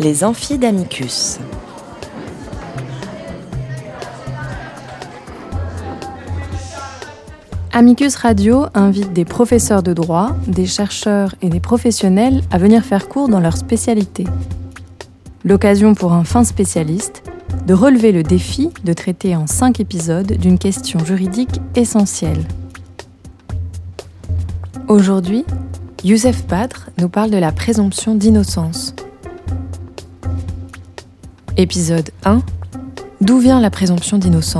Les amphis d'Amicus. Amicus Radio invite des professeurs de droit, des chercheurs et des professionnels à venir faire cours dans leur spécialité. L'occasion pour un fin spécialiste de relever le défi de traiter en 5 épisodes d'une question juridique essentielle. Aujourd'hui, Youssef Badr nous parle de la présomption d'innocence. Épisode 1. D'où vient la présomption d'innocence ?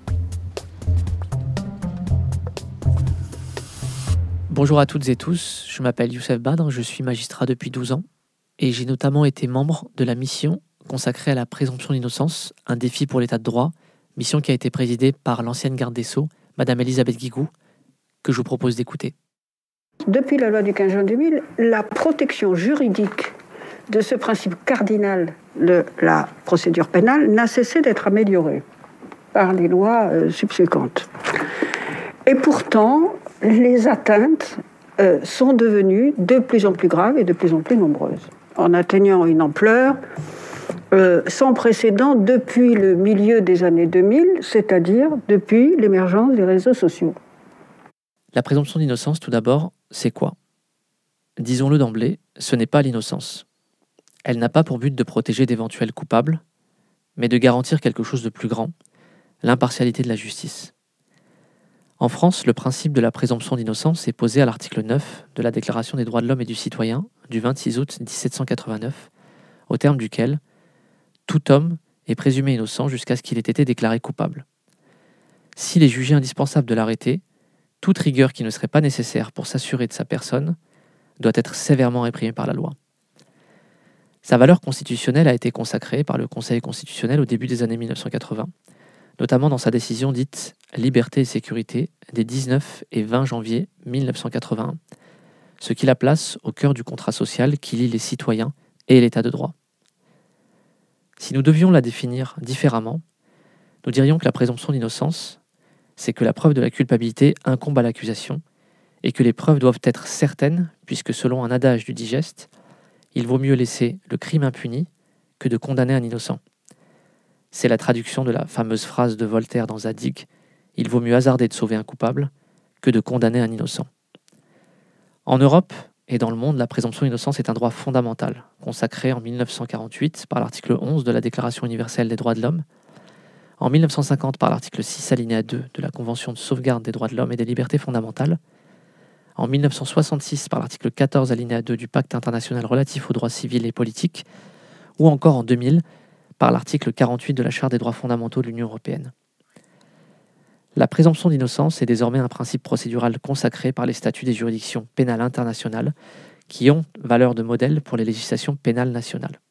Bonjour à toutes et tous, je m'appelle Youssef Badr, je suis magistrat depuis 12 ans et j'ai notamment été membre de la mission consacrée à la présomption d'innocence, un défi pour l'état de droit, mission qui a été présidée par l'ancienne garde des Sceaux, Madame Elisabeth Guigou, que je vous propose d'écouter. Depuis la loi du 15 juin 2000, la protection juridique de ce principe cardinal de la procédure pénale n'a cessé d'être améliorée par les lois subséquentes. Et pourtant, les atteintes sont devenues de plus en plus graves et de plus en plus nombreuses, en atteignant une ampleur sans précédent depuis le milieu des années 2000, c'est-à-dire depuis l'émergence des réseaux sociaux. La présomption d'innocence, tout d'abord, c'est quoi ? Disons-le d'emblée, ce n'est pas l'innocence. Elle n'a pas pour but de protéger d'éventuels coupables, mais de garantir quelque chose de plus grand, l'impartialité de la justice. En France, le principe de la présomption d'innocence est posé à l'article 9 de la Déclaration des droits de l'homme et du citoyen du 26 août 1789, au terme duquel tout homme est présumé innocent jusqu'à ce qu'il ait été déclaré coupable. S'il est jugé indispensable de l'arrêter, toute rigueur qui ne serait pas nécessaire pour s'assurer de sa personne doit être sévèrement réprimée par la loi. Sa valeur constitutionnelle a été consacrée par le Conseil constitutionnel au début des années 1980, notamment dans sa décision dite « Liberté et sécurité » des 19 et 20 janvier 1981, ce qui la place au cœur du contrat social qui lie les citoyens et l'état de droit. Si nous devions la définir différemment, nous dirions que la présomption d'innocence, c'est que la preuve de la culpabilité incombe à l'accusation et que les preuves doivent être certaines, puisque selon un adage du digeste, il vaut mieux laisser le crime impuni que de condamner un innocent. C'est la traduction de la fameuse phrase de Voltaire dans Zadig « Il vaut mieux hasarder de sauver un coupable que de condamner un innocent ». En Europe et dans le monde, la présomption d'innocence est un droit fondamental, consacré en 1948 par l'article 11 de la Déclaration universelle des droits de l'homme, en 1950 par l'article 6 alinéa 2 de la Convention de sauvegarde des droits de l'homme et des libertés fondamentales, en 1966 par l'article 14 alinéa 2 du Pacte international relatif aux droits civils et politiques, ou encore en 2000 par l'article 48 de la Charte des droits fondamentaux de l'Union européenne. La présomption d'innocence est désormais un principe procédural consacré par les statuts des juridictions pénales internationales qui ont valeur de modèle pour les législations pénales nationales.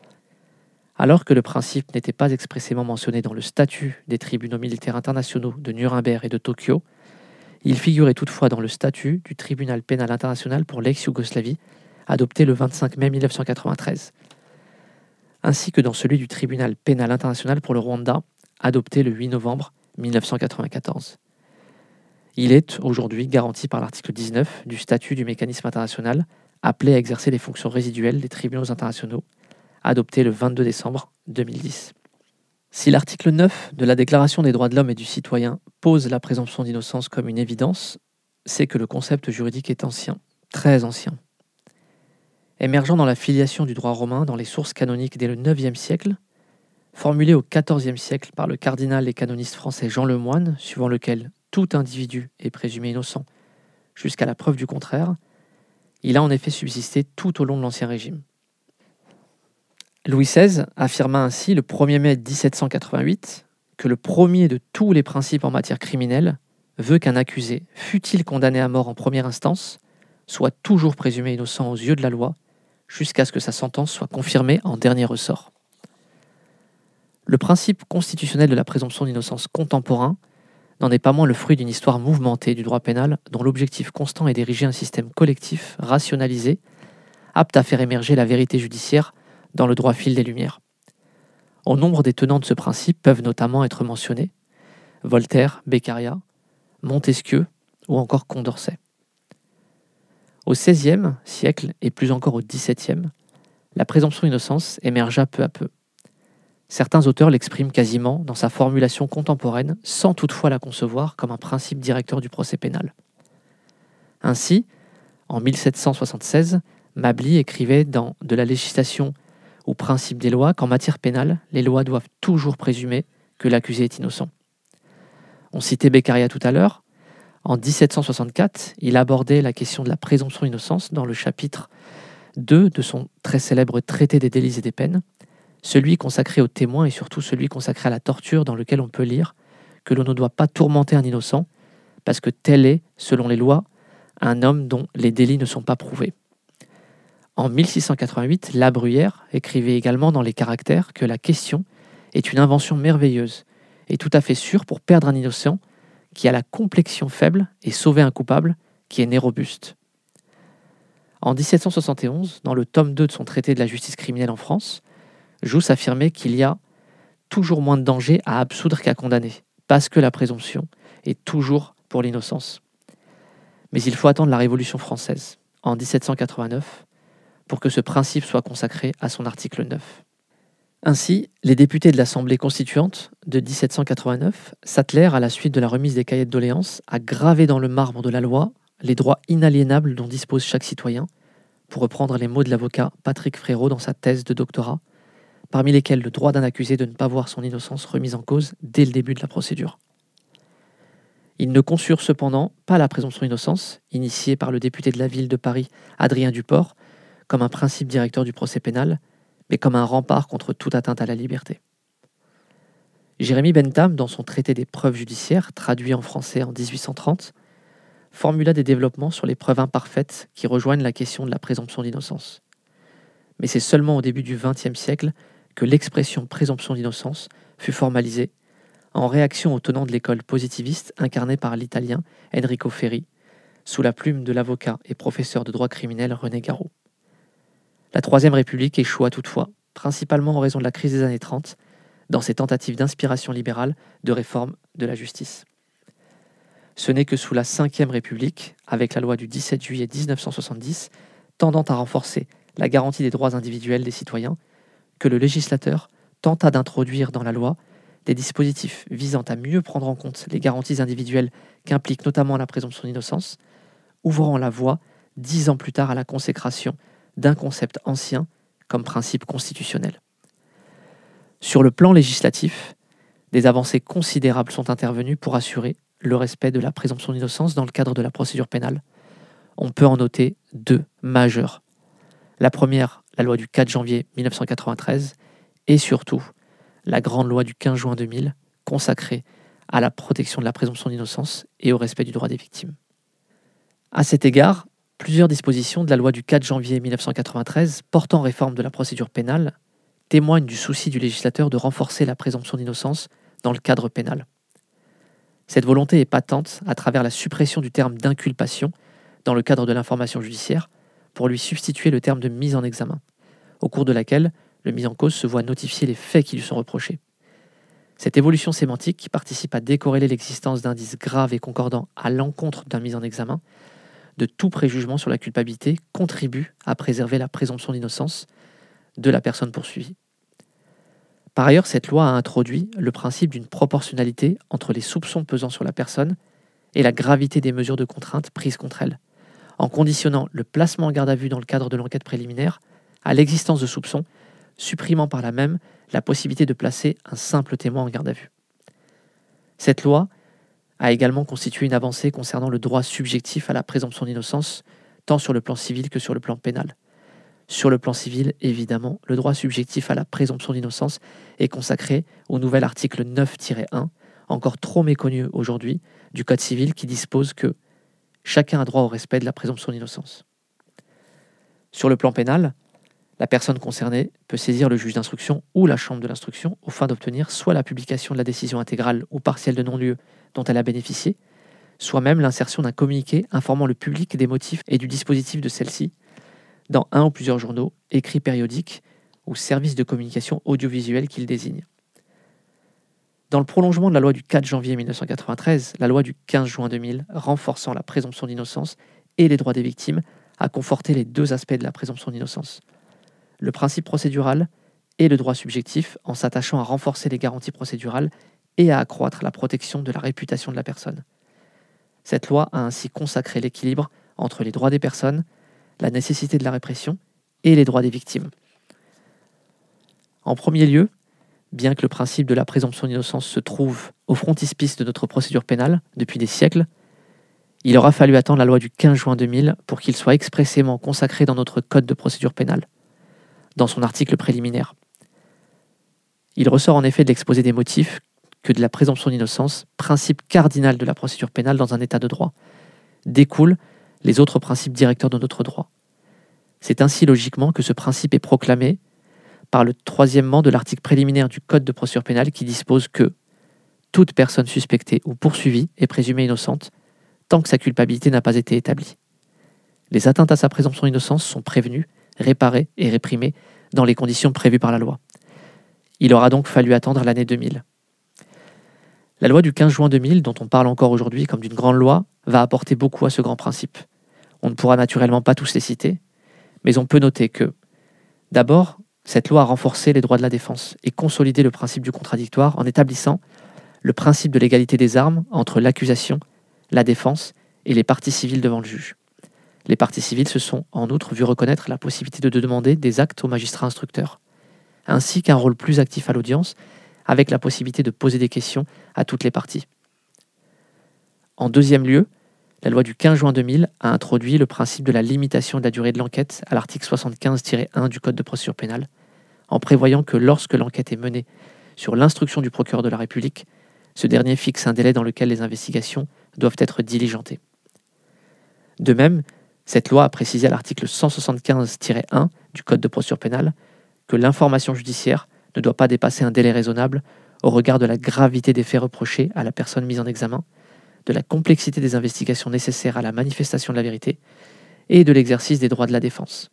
Alors que le principe n'était pas expressément mentionné dans le statut des tribunaux militaires internationaux de Nuremberg et de Tokyo, il figurait toutefois dans le statut du tribunal pénal international pour l'ex-Yougoslavie, adopté le 25 mai 1993, ainsi que dans celui du tribunal pénal international pour le Rwanda, adopté le 8 novembre 1994. Il est aujourd'hui garanti par l'article 19 du statut du mécanisme international, appelé à exercer les fonctions résiduelles des tribunaux internationaux, adopté le 22 décembre 2010. Si l'article 9 de la Déclaration des droits de l'homme et du citoyen pose la présomption d'innocence comme une évidence, c'est que le concept juridique est ancien, très ancien. Émergeant dans la filiation du droit romain dans les sources canoniques dès le IXe siècle, formulé au XIVe siècle par le cardinal et canoniste français Jean Lemoine, suivant lequel tout individu est présumé innocent jusqu'à la preuve du contraire, il a en effet subsisté tout au long de l'Ancien Régime. Louis XVI affirma ainsi le 1er mai 1788 que le premier de tous les principes en matière criminelle veut qu'un accusé, fût-il condamné à mort en première instance, soit toujours présumé innocent aux yeux de la loi, jusqu'à ce que sa sentence soit confirmée en dernier ressort. Le principe constitutionnel de la présomption d'innocence contemporain n'en est pas moins le fruit d'une histoire mouvementée du droit pénal dont l'objectif constant est d'ériger un système collectif, rationalisé, apte à faire émerger la vérité judiciaire dans le droit fil des Lumières. Au nombre des tenants de ce principe peuvent notamment être mentionnés Voltaire, Beccaria, Montesquieu ou encore Condorcet. Au XVIe siècle et plus encore au XVIIe, La présomption d'innocence émergea peu à peu. Certains auteurs l'expriment quasiment dans sa formulation contemporaine, sans toutefois la concevoir comme un principe directeur du procès pénal. Ainsi, en 1776, Mably écrivait dans De la législation ou principe des lois qu'en matière pénale, les lois doivent toujours présumer que l'accusé est innocent. On citait Beccaria tout à l'heure. En 1764, il abordait la question de la présomption d'innocence dans le chapitre 2 de son très célèbre Traité des délits et des peines, celui consacré aux témoins et surtout celui consacré à la torture, dans lequel on peut lire que l'on ne doit pas tourmenter un innocent parce que tel est, selon les lois, un homme dont les délits ne sont pas prouvés. En 1688, La Bruyère écrivait également dans Les Caractères que la question est une invention merveilleuse et tout à fait sûre pour perdre un innocent qui a la complexion faible et sauver un coupable qui est né robuste. En 1771, dans le tome 2 de son traité de la justice criminelle en France, Jousse affirmait qu'il y a toujours moins de danger à absoudre qu'à condamner, parce que la présomption est toujours pour l'innocence. Mais il faut attendre la Révolution française, en 1789, pour que ce principe soit consacré à son article 9. Ainsi, les députés de l'Assemblée constituante de 1789 s'attelèrent, à la suite de la remise des cahiers de doléances, à graver dans le marbre de la loi les droits inaliénables dont dispose chaque citoyen, pour reprendre les mots de l'avocat Patrick Frérot dans sa thèse de doctorat, parmi lesquels le droit d'un accusé de ne pas voir son innocence remise en cause dès le début de la procédure. Ils ne conçurent cependant pas la présomption d'innocence, initiée par le député de la ville de Paris, Adrien Duport, comme un principe directeur du procès pénal, mais comme un rempart contre toute atteinte à la liberté. Jérémy Bentham, dans son traité des preuves judiciaires, traduit en français en 1830, formula des développements sur les preuves imparfaites qui rejoignent la question de la présomption d'innocence. Mais c'est seulement au début du XXe siècle que l'expression présomption d'innocence fut formalisée, en réaction aux tenants de l'école positiviste incarnée par l'italien Enrico Ferri, sous la plume de l'avocat et professeur de droit criminel René Garreau. La Troisième République échoua toutefois, principalement en raison de la crise des années 30, dans ses tentatives d'inspiration libérale de réforme de la justice. Ce n'est que sous la Cinquième République, avec la loi du 17 juillet 1970, tendant à renforcer la garantie des droits individuels des citoyens, que le législateur tenta d'introduire dans la loi des dispositifs visant à mieux prendre en compte les garanties individuelles qu'implique notamment la présomption d'innocence, ouvrant la voie 10 ans plus tard à la consécration d'un concept ancien comme principe constitutionnel. Sur le plan législatif, des avancées considérables sont intervenues pour assurer le respect de la présomption d'innocence dans le cadre de la procédure pénale. On peut en noter deux majeures. La première, la loi du 4 janvier 1993, et surtout la grande loi du 15 juin 2000, consacrée à la protection de la présomption d'innocence et au respect du droit des victimes. À cet égard, plusieurs dispositions de la loi du 4 janvier 1993 portant réforme de la procédure pénale témoignent du souci du législateur de renforcer la présomption d'innocence dans le cadre pénal. Cette volonté est patente à travers la suppression du terme d'inculpation dans le cadre de l'information judiciaire pour lui substituer le terme de mise en examen, au cours de laquelle le mis en cause se voit notifier les faits qui lui sont reprochés. Cette évolution sémantique, qui participe à décorréler l'existence d'indices graves et concordants à l'encontre d'un mis en examen de tout préjugement sur la culpabilité, contribue à préserver la présomption d'innocence de la personne poursuivie. Par ailleurs, cette loi a introduit le principe d'une proportionnalité entre les soupçons pesant sur la personne et la gravité des mesures de contrainte prises contre elle, en conditionnant le placement en garde à vue dans le cadre de l'enquête préliminaire à l'existence de soupçons, supprimant par là même la possibilité de placer un simple témoin en garde à vue. Cette loi a également constitué une avancée concernant le droit subjectif à la présomption d'innocence, tant sur le plan civil que sur le plan pénal. Sur le plan civil, évidemment, le droit subjectif à la présomption d'innocence est consacré au nouvel article 9-1, encore trop méconnu aujourd'hui, du Code civil qui dispose que chacun a droit au respect de la présomption d'innocence. Sur le plan pénal, la personne concernée peut saisir le juge d'instruction ou la chambre de l'instruction aux fins d'obtenir soit la publication de la décision intégrale ou partielle de non-lieu dont elle a bénéficié, soit même l'insertion d'un communiqué informant le public des motifs et du dispositif de celle-ci dans un ou plusieurs journaux, écrits périodiques ou services de communication audiovisuelle qu'il désigne. Dans le prolongement de la loi du 4 janvier 1993, la loi du 15 juin 2000, renforçant la présomption d'innocence et les droits des victimes, a conforté les deux aspects de la présomption d'innocence. le principe procédural et le droit subjectif en s'attachant à renforcer les garanties procédurales et à accroître la protection de la réputation de la personne. Cette loi a ainsi consacré l'équilibre entre les droits des personnes, la nécessité de la répression et les droits des victimes. En premier lieu, bien que le principe de la présomption d'innocence se trouve au frontispice de notre procédure pénale depuis des siècles, il aura fallu attendre la loi du 15 juin 2000 pour qu'il soit expressément consacré dans notre code de procédure pénale, dans son article préliminaire. Il ressort en effet de l'exposé des motifs que de la présomption d'innocence, principe cardinal de la procédure pénale dans un état de droit, découlent les autres principes directeurs de notre droit. C'est ainsi logiquement que ce principe est proclamé par le 3° de l'article préliminaire du Code de procédure pénale qui dispose que toute personne suspectée ou poursuivie est présumée innocente tant que sa culpabilité n'a pas été établie. Les atteintes à sa présomption d'innocence sont prévenues, réparées et réprimées dans les conditions prévues par la loi. Il aura donc fallu attendre l'année 2000. La loi du 15 juin 2000, dont on parle encore aujourd'hui comme d'une grande loi, va apporter beaucoup à ce grand principe. On ne pourra naturellement pas tous les citer, mais on peut noter que, d'abord, cette loi a renforcé les droits de la défense et consolidé le principe du contradictoire en établissant le principe de l'égalité des armes entre l'accusation, la défense et les parties civiles devant le juge. Les parties civiles se sont en outre vu reconnaître la possibilité de demander des actes aux magistrats instructeurs, ainsi qu'un rôle plus actif à l'audience, avec la possibilité de poser des questions à toutes les parties. En deuxième lieu, la loi du 15 juin 2000 a introduit le principe de la limitation de la durée de l'enquête à l'article 75-1 du Code de procédure pénale, en prévoyant que lorsque l'enquête est menée sur l'instruction du procureur de la République, ce dernier fixe un délai dans lequel les investigations doivent être diligentées. De même, cette loi a précisé à l'article 175-1 du Code de procédure pénale que l'information judiciaire ne doit pas dépasser un délai raisonnable au regard de la gravité des faits reprochés à la personne mise en examen, de la complexité des investigations nécessaires à la manifestation de la vérité et de l'exercice des droits de la défense.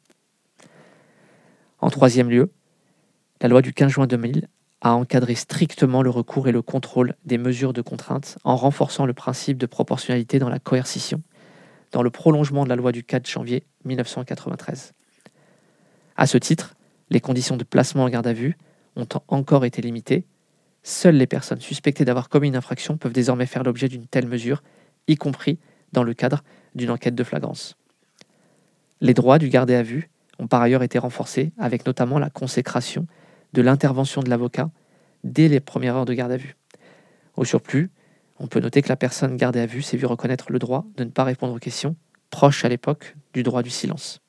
En troisième lieu, la loi du 15 juin 2000 a encadré strictement le recours et le contrôle des mesures de contrainte en renforçant le principe de proportionnalité dans la coercition, dans le prolongement de la loi du 4 janvier 1993. À ce titre, les conditions de placement en garde à vue ont encore été limitées. Seules les personnes suspectées d'avoir commis une infraction peuvent désormais faire l'objet d'une telle mesure, y compris dans le cadre d'une enquête de flagrance. Les droits du gardé à vue ont par ailleurs été renforcés, avec notamment la consécration de l'intervention de l'avocat dès les premières heures de garde à vue. Au surplus, on peut noter que la personne gardée à vue s'est vue reconnaître le droit de ne pas répondre aux questions, proche à l'époque du droit du silence.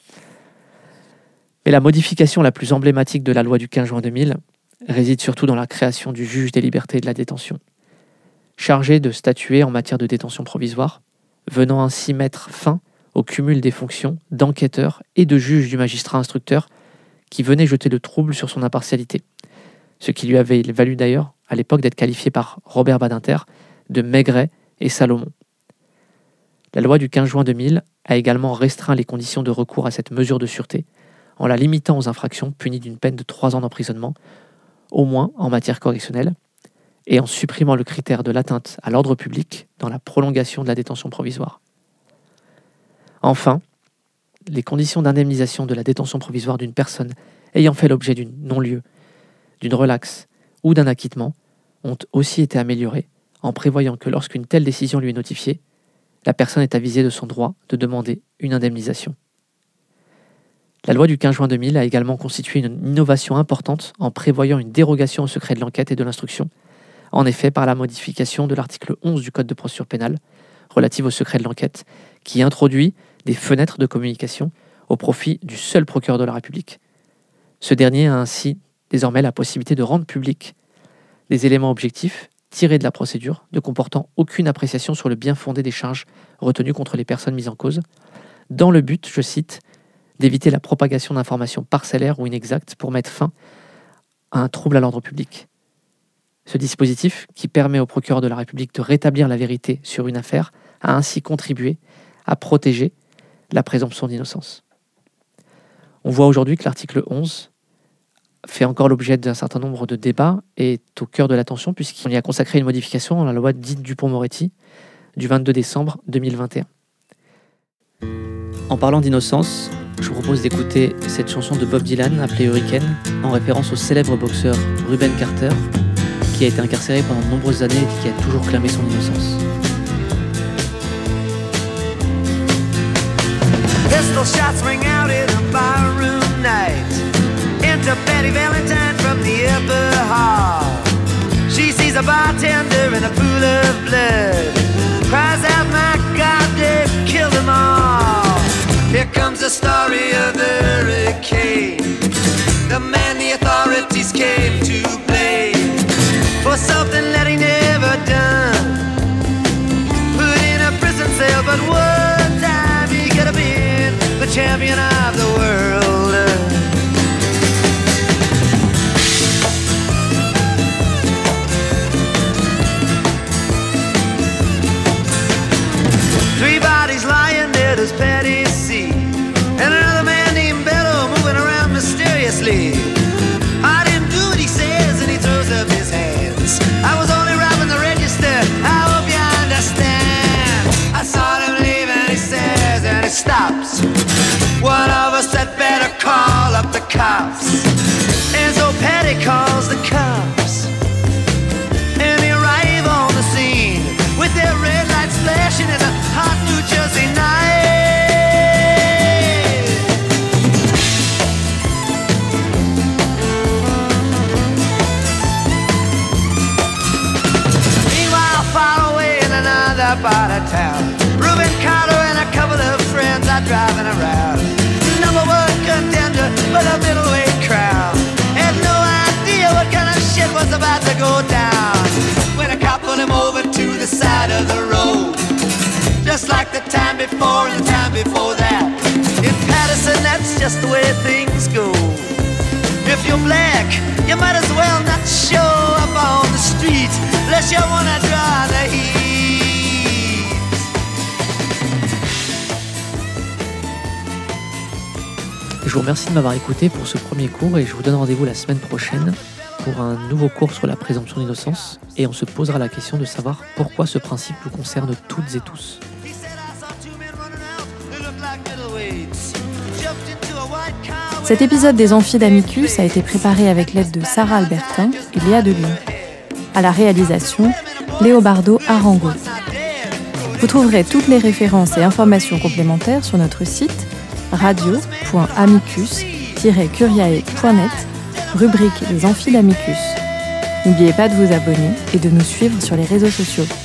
Mais la modification la plus emblématique de la loi du 15 juin 2000 réside surtout dans la création du juge des libertés et de la détention, chargé de statuer en matière de détention provisoire, venant ainsi mettre fin au cumul des fonctions d'enquêteur et de juge du magistrat instructeur qui venait jeter le trouble sur son impartialité, ce qui lui avait valu d'ailleurs à l'époque d'être qualifié par Robert Badinter de Maigret et Salomon. La loi du 15 juin 2000 a également restreint les conditions de recours à cette mesure de sûreté en la limitant aux infractions punies d'une peine de 3 ans d'emprisonnement, au moins en matière correctionnelle, et en supprimant le critère de l'atteinte à l'ordre public dans la prolongation de la détention provisoire. Enfin, les conditions d'indemnisation de la détention provisoire d'une personne ayant fait l'objet d'une non-lieu, d'une relaxe ou d'un acquittement ont aussi été améliorées en prévoyant que lorsqu'une telle décision lui est notifiée, la personne est avisée de son droit de demander une indemnisation. La loi du 15 juin 2000 a également constitué une innovation importante en prévoyant une dérogation au secret de l'enquête et de l'instruction, en effet par la modification de l'article 11 du Code de procédure pénale relative au secret de l'enquête, qui introduit des fenêtres de communication au profit du seul procureur de la République. Ce dernier a ainsi désormais la possibilité de rendre public des éléments objectifs tirés de la procédure, ne comportant aucune appréciation sur le bien fondé des charges retenues contre les personnes mises en cause, dans le but, je cite, d'éviter la propagation d'informations parcellaires ou inexactes pour mettre fin à un trouble à l'ordre public. Ce dispositif, qui permet au procureur de la République de rétablir la vérité sur une affaire, a ainsi contribué à protéger la présomption d'innocence. On voit aujourd'hui que l'article 11 fait encore l'objet d'un certain nombre de débats et est au cœur de l'attention puisqu'on y a consacré une modification dans la loi dite Dupond-Moretti du 22 décembre 2021. En parlant d'innocence, Je vous propose d'écouter cette chanson de Bob Dylan appelée Hurricane, en référence au célèbre boxeur Rubin Carter, qui a été incarcéré pendant de nombreuses années et qui a toujours clamé son innocence. Pistol shots ring out in a barroom night. Enter Betty Valentine from the upper hall. She sees a bartender in a pool of blood. Cries out, my God, they've killed them all. Here comes the story of the hurricane. The man the authorities came to blame for something that he never done. Put in a prison cell, but one time he could have been the champion of the world. 3 bodies lying dead as Patty C. And another man named Bello moving around mysteriously. I didn't do what he says, and he throws up his hands. I was only robbing the register, I hope you understand. I saw him leave and he says, and he stops. One of us had better call up the cops. And so Patty calls the cops. And they arrive on the scene with their red lights flashing in a hot New Jersey night. Meanwhile, far away in another part of town, Reuben Carter and a couple of friends are driving around. Number 1 contender for the middleweight crown. Had no idea what kind of shit was about to go down when a cop pulled him over to the side of the road. Just like the time before and the time before that. In Patterson, that's just the way things go. If you're black, you might as well not show up on the street unless you wanna draw the heat. Je vous remercie de m'avoir écouté pour ce premier cours et je vous donne rendez-vous la semaine prochaine pour un nouveau cours sur la présomption d'innocence et on se posera la question de savoir pourquoi ce principe nous concerne toutes et tous. Cet épisode des Amphis d'Amicus a été préparé avec l'aide de Sarah Albertin et Léa Delune. À la réalisation, Léobardo Arango. Vous trouverez toutes les références et informations complémentaires sur notre site radio.amicus-curiae.net, rubrique Les Amphis d'Amicus. N'oubliez pas de vous abonner et de nous suivre sur les réseaux sociaux.